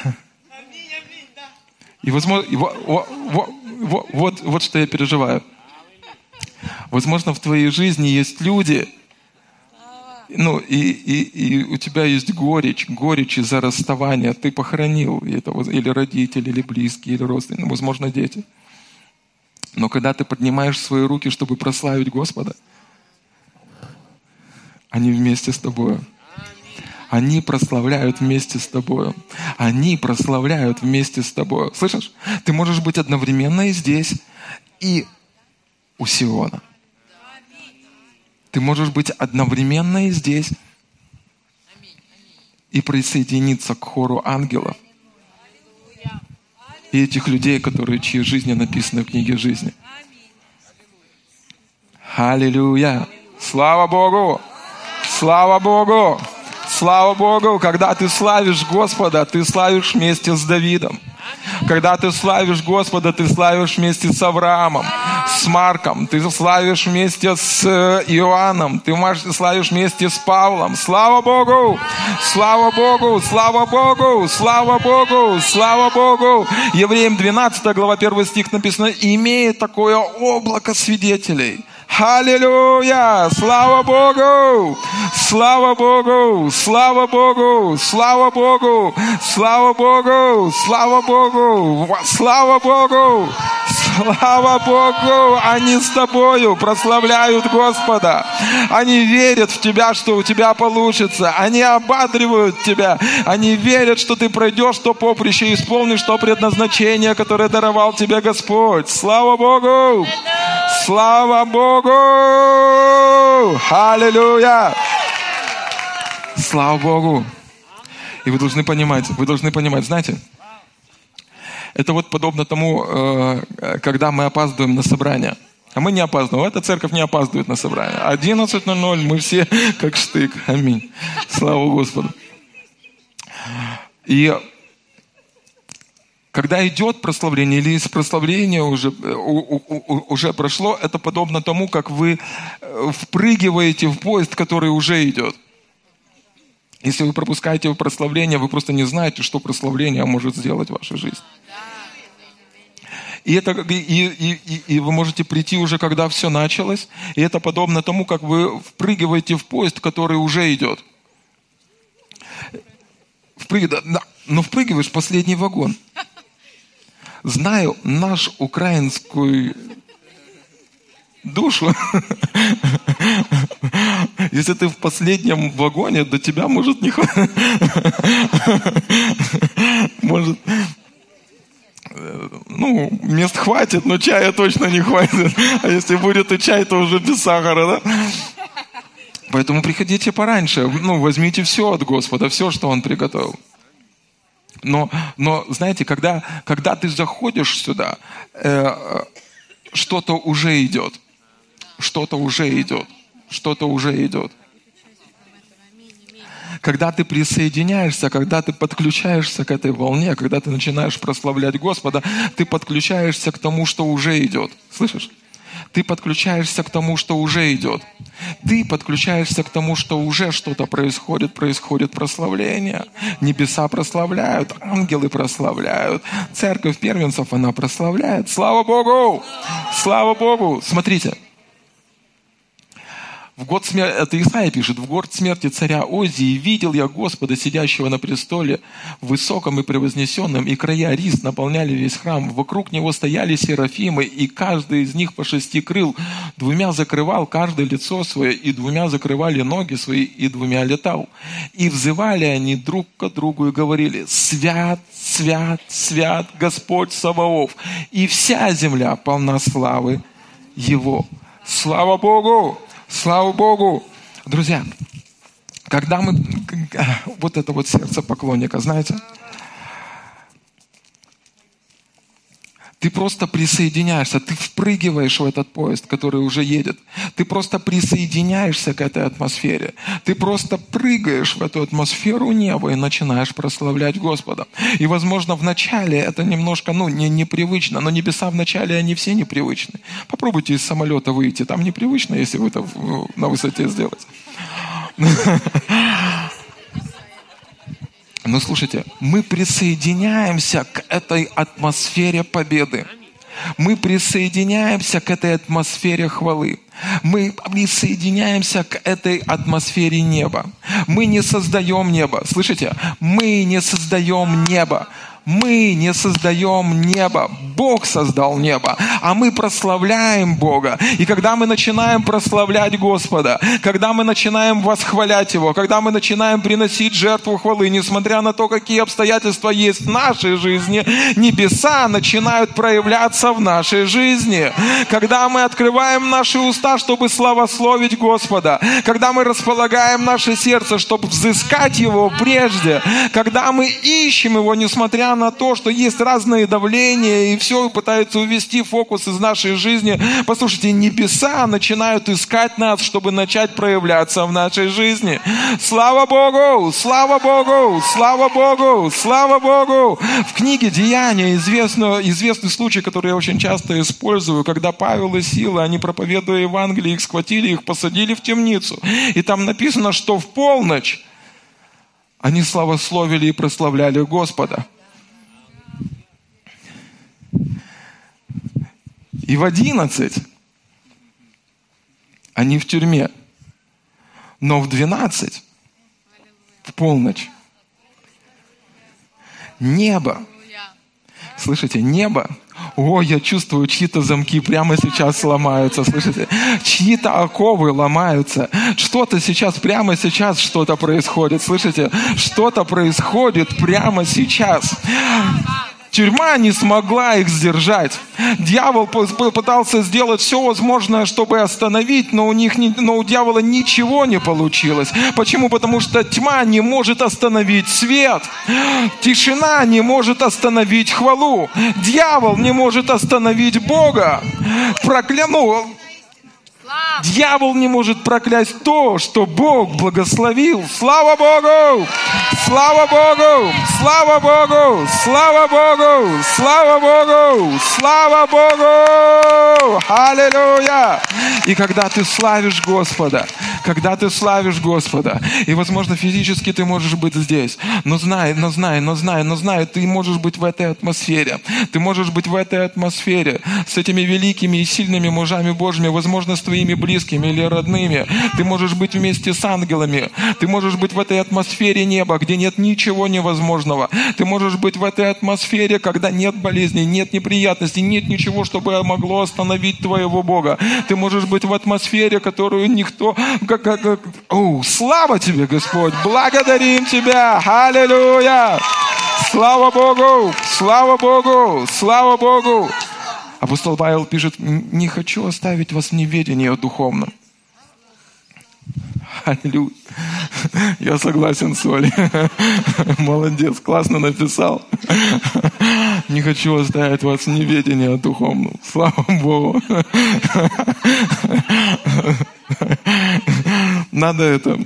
И возможно, и вот, вот, вот, вот, вот что я переживаю. Возможно, в твоей жизни есть люди, ну, и, и, и у тебя есть горечь, горечь из-за расставания. Ты похоронил это, или родители, или близкие, или родственники, возможно, дети. Но когда ты поднимаешь свои руки, чтобы прославить Господа, они вместе с тобой. Они прославляют вместе с тобой. Они прославляют вместе с тобой. Слышишь? Ты можешь быть одновременно и здесь, и у Сиона. Ты можешь быть одновременно и здесь, и присоединиться к хору ангелов. И этих людей, которые, чьи жизни написаны в книге жизни. Аллилуйя! Слава Богу! Слава Богу! Слава Богу! Когда ты славишь Господа, ты славишь вместе с Давидом. Когда ты славишь Господа, ты славишь вместе с Авраамом, с Марком, ты славишь вместе с Иоанном, ты славишь вместе с Павлом. Слава Богу! Слава Богу! Слава Богу! Слава Богу! Слава Богу! Евреям двенадцатая глава первый стих написано: «Имея такое облако свидетелей». Аллилуйя! Слава Богу! Слава Богу! Слава Богу! Слава Богу! Слава Богу! Слава Богу! Слава Богу! Слава Богу! Они с тобою прославляют Господа. Они верят в тебя, что у тебя получится. Они ободривают тебя. Они верят, что ты пройдешь то поприще и исполнишь то предназначение, которое даровал тебе Господь. Слава Богу! Слава Богу! Аллилуйя! Слава Богу! И вы должны понимать, вы должны понимать, знаете, это вот подобно тому, когда мы опаздываем на собрание. А мы не опаздываем. Эта церковь не опаздывает на собрание. одиннадцать ноль ноль мы все как штык. Аминь. Слава Господу. И когда идет прославление, или из прославления уже, у, у, уже прошло, это подобно тому, как вы впрыгиваете в поезд, который уже идет. Если вы пропускаете прославление, вы просто не знаете, что прославление может сделать в вашей жизни. И, это, и, и, и, и вы можете прийти уже, когда все началось. И это подобно тому, как вы впрыгиваете в поезд, который уже идет. Впрыг... Да, но впрыгиваешь в последний вагон. Знаю наш украинскую душу. Если ты в последнем вагоне, до тебя может не хватить. Может... ну, мест хватит, но чая точно не хватит. А если будет и чай, то уже без сахара, да? Поэтому приходите пораньше, ну, возьмите все от Господа, все, что Он приготовил. Но, но знаете, когда, когда ты заходишь сюда, э, что-то уже идет. Что-то уже идет. Что-то уже идет. Когда ты присоединяешься, когда ты подключаешься к этой волне, когда ты начинаешь прославлять Господа, ты подключаешься к тому, что уже идет. Слышишь? Ты подключаешься к тому, что уже идет. Ты подключаешься к тому, что уже что-то происходит, происходит прославление. Небеса прославляют, ангелы прославляют, церковь первенцев, она прославляет. Слава Богу! Слава Богу! Смотрите. В год смерти, это Исаия пишет, в год смерти царя Озии видел я Господа, сидящего на престоле, высоком и превознесенном, и края рис наполняли весь храм. Вокруг него стояли серафимы, и каждый из них по шести крыл. Двумя закрывал каждое лицо свое, и двумя закрывали ноги свои, и двумя летал. И взывали они друг к другу и говорили: «Свят, свят, свят Господь Саваоф, и вся земля полна славы Его». Слава Богу! Слава Богу! Друзья, когда мы... Вот это вот сердце поклонника, знаете? Ты просто присоединяешься, ты впрыгиваешь в этот поезд, который уже едет. Ты просто присоединяешься к этой атмосфере. Ты просто прыгаешь в эту атмосферу неба и начинаешь прославлять Господа. И, возможно, вначале это немножко, ну, не, непривычно, но небеса вначале, они все непривычны. Попробуйте из самолета выйти, там непривычно, если вы это на высоте сделаете. Но слушайте, мы присоединяемся к этой атмосфере победы. Мы присоединяемся к этой атмосфере хвалы. Мы присоединяемся к этой атмосфере неба. Мы не создаем небо. Слышите? Мы не создаем небо. Мы не создаем небо. Бог создал небо, а мы прославляем Бога. И когда мы начинаем прославлять Господа, когда мы начинаем восхвалять Его, когда мы начинаем приносить жертву хвалы, несмотря на то, какие обстоятельства есть в нашей жизни, небеса начинают проявляться в нашей жизни. Когда мы открываем наши уста, чтобы славословить Господа, когда мы располагаем наше сердце, чтобы взыскать Его прежде, когда мы ищем Его, несмотря на то, что есть разные давления, и все пытаются увести фокус из нашей жизни. Послушайте, небеса начинают искать нас, чтобы начать проявляться в нашей жизни. Слава Богу! Слава Богу! Слава Богу! Слава Богу! В книге «Деяния» известный, известный случай, который я очень часто использую, когда Павел и Сила, они проповедуя Евангелие, их схватили, их посадили в темницу. И там написано, что в полночь они славословили и прославляли Господа. И в одиннадцать они в тюрьме. Но в двенадцать, в полночь, небо. Слышите, небо. О, я чувствую, чьи-то замки прямо сейчас ломаются. Слышите? Чьи-то оковы ломаются. Что-то сейчас, прямо сейчас что-то происходит. Слышите? Что-то происходит прямо сейчас. Тюрьма не смогла их сдержать. Дьявол пытался сделать все возможное, чтобы остановить, но у них, не, но у дьявола ничего не получилось. Почему? Потому что тьма не может остановить свет. Тишина не может остановить хвалу. Дьявол не может остановить Бога. Прокляну. Дьявол не может проклясть то, что Бог благословил. Слава Богу! Слава Богу! Слава Богу! Слава Богу! Слава Богу! Слава Богу! Аллилуйя! И когда ты славишь Господа, когда ты славишь Господа, и, возможно, физически ты можешь быть здесь, но знай, но знай, но знай, но знай, ты можешь быть в этой атмосфере. Ты можешь быть в этой атмосфере с этими великими и сильными мужами Божьими, возможно, с твоими близкими или родными. Ты можешь быть вместе с ангелами. Ты можешь быть в этой атмосфере неба, где нет ничего невозможного. Ты можешь быть в этой атмосфере, когда нет болезней, нет неприятностей, нет ничего, чтобы могло остановить твоего Бога. Ты можешь быть в атмосфере, которую никто... Как, как, как... О, слава тебе, Господь! Благодарим Тебя! Аллилуйя! Слава Богу! Слава Богу! Слава Богу! Апостол Павел пишет: не хочу оставить вас в неведении о духовном. Аллилуйя. Я согласен с Олей. Молодец, классно написал. Не хочу оставить вас в неведении о духовном. Слава Богу. Надо это...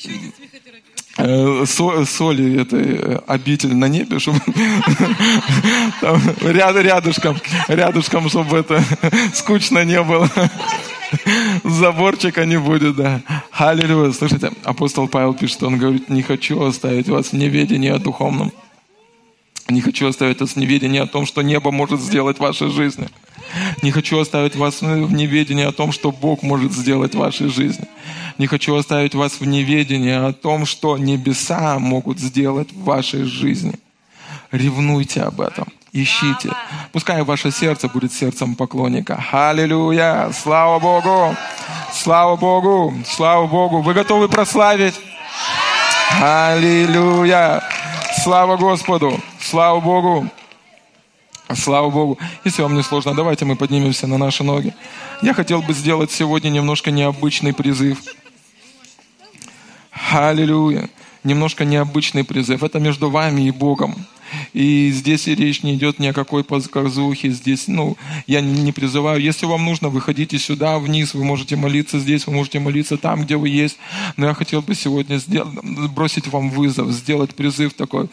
Со, соли этой обитель на небе, чтобы там ряд, рядышком, рядышком, чтобы это скучно не было. Заборчика не будет, да. Аллилуйя. Слушайте, апостол Павел пишет, он говорит: не хочу оставить вас в неведении о духовном. Не хочу оставить вас в неведении о том, что небо может сделать в вашей жизни. Не хочу оставить вас в неведении о том, что Бог может сделать в вашей жизни. Не хочу оставить вас в неведении о том, что небеса могут сделать в вашей жизни. Ревнуйте об этом. Ищите. Пускай ваше сердце будет сердцем поклонника. Аллилуйя! Слава Богу! Слава Богу! Слава Богу! Вы готовы прославить? Аллилуйя! Слава Господу! Слава Богу! Слава Богу! Если вам не сложно, давайте мы поднимемся на наши ноги. Я хотел бы сделать сегодня немножко необычный призыв. Аллилуйя! Немножко необычный призыв. Это между вами и Богом. И здесь и речь не идет ни о какой показухе. Здесь, ну, я не призываю. Если вам нужно, выходите сюда, вниз. Вы можете молиться здесь, вы можете молиться там, где вы есть. Но я хотел бы сегодня сделать, бросить вам вызов, сделать призыв такой.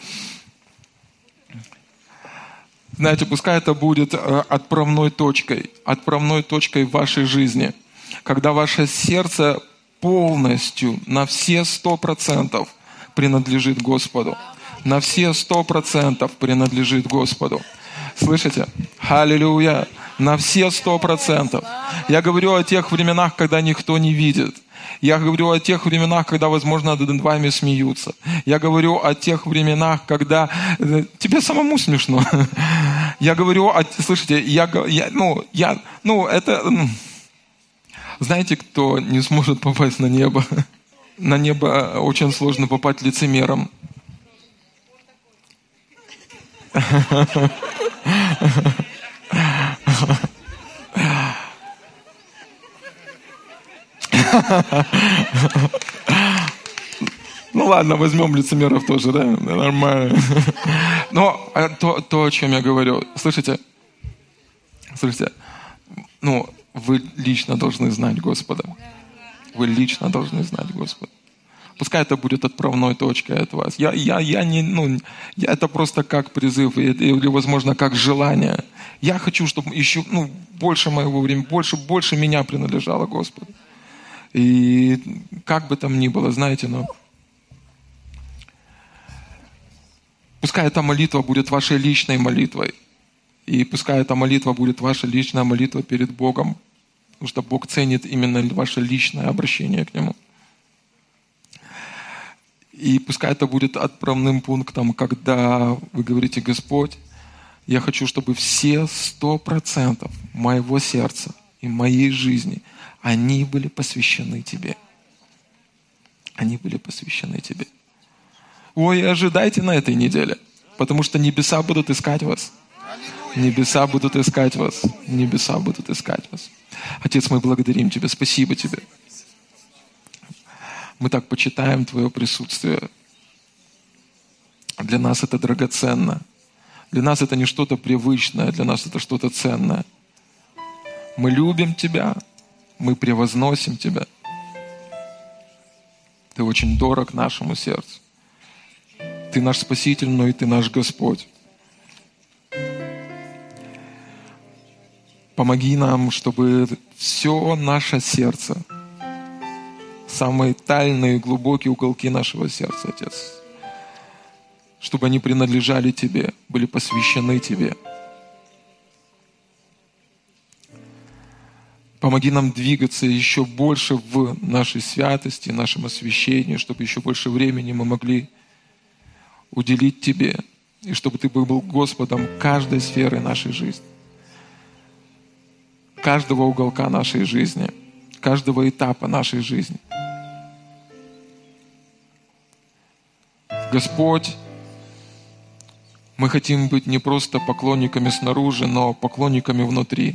Знаете, пускай это будет отправной точкой, отправной точкой в вашей жизни, когда ваше сердце полностью, на все сто процентов принадлежит Господу. На все сто процентов принадлежит Господу. Слышите? Аллилуйя! На все сто процентов. Я говорю о тех временах, когда никто не видит. Я говорю о тех временах, когда, возможно, над вами смеются. Я говорю о тех временах, когда тебе самому смешно. Я говорю о... Слышите, я... я ну, я... Ну, это... Знаете, кто не сможет попасть на небо? На небо очень сложно попасть лицемером. Ну ладно, возьмем лицемеров тоже, да? Нормально. Но то, то, о чем я говорю, слышите? Слышите? Ну, вы лично должны знать Господа. Вы лично должны знать Господа. Пускай это будет отправной точкой от вас. Я, я, я не, ну, я, это просто как призыв, или, возможно, как желание. Я хочу, чтобы еще, ну, больше моего времени, больше, больше меня принадлежало Господу. И как бы там ни было, знаете, но пускай эта молитва будет вашей личной молитвой. И пускай эта молитва будет ваша личная молитва перед Богом. Потому что Бог ценит именно ваше личное обращение к Нему. И пускай это будет отправным пунктом, когда вы говорите: Господь, я хочу, чтобы все сто процентов моего сердца и моей жизни, они были посвящены Тебе. Они были посвящены Тебе. Ой, ожидайте на этой неделе, потому что небеса будут искать вас. Небеса будут искать вас. Небеса будут искать вас. Отец, мы благодарим Тебя, спасибо Тебе. Мы так почитаем Твое присутствие. Для нас это драгоценно. Для нас это не что-то привычное, для нас это что-то ценное. Мы любим Тебя, мы превозносим Тебя. Ты очень дорог нашему сердцу. Ты наш Спаситель, но и Ты наш Господь. Помоги нам, чтобы все наше сердце, самые тайные и глубокие уголки нашего сердца, Отец, чтобы они принадлежали Тебе, были посвящены Тебе. Помоги нам двигаться еще больше в нашей святости, нашем освящении, чтобы еще больше времени мы могли уделить Тебе, и чтобы Ты был Господом каждой сферы нашей жизни, каждого уголка нашей жизни, каждого этапа нашей жизни. Господь, Мы хотим быть не просто поклонниками снаружи, но поклонниками внутри.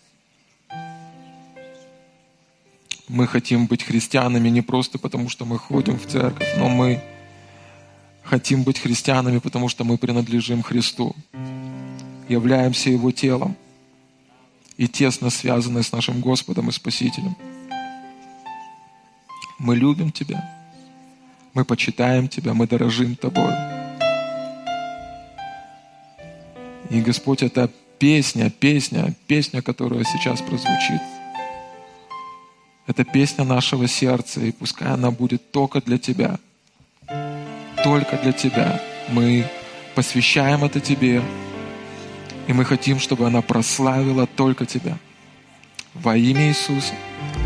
Мы хотим быть христианами не просто потому, что мы ходим в церковь, но мы хотим быть христианами, потому что мы принадлежим Христу, являемся Его телом и тесно связаны с нашим Господом и Спасителем. Мы любим Тебя, мы почитаем Тебя, мы дорожим Тобой. И, Господь, это песня, песня, песня, которая сейчас прозвучит. Это песня нашего сердца, и пускай она будет только для Тебя. Только для Тебя. Мы посвящаем это Тебе, и мы хотим, чтобы она прославила только Тебя. Во имя Иисуса.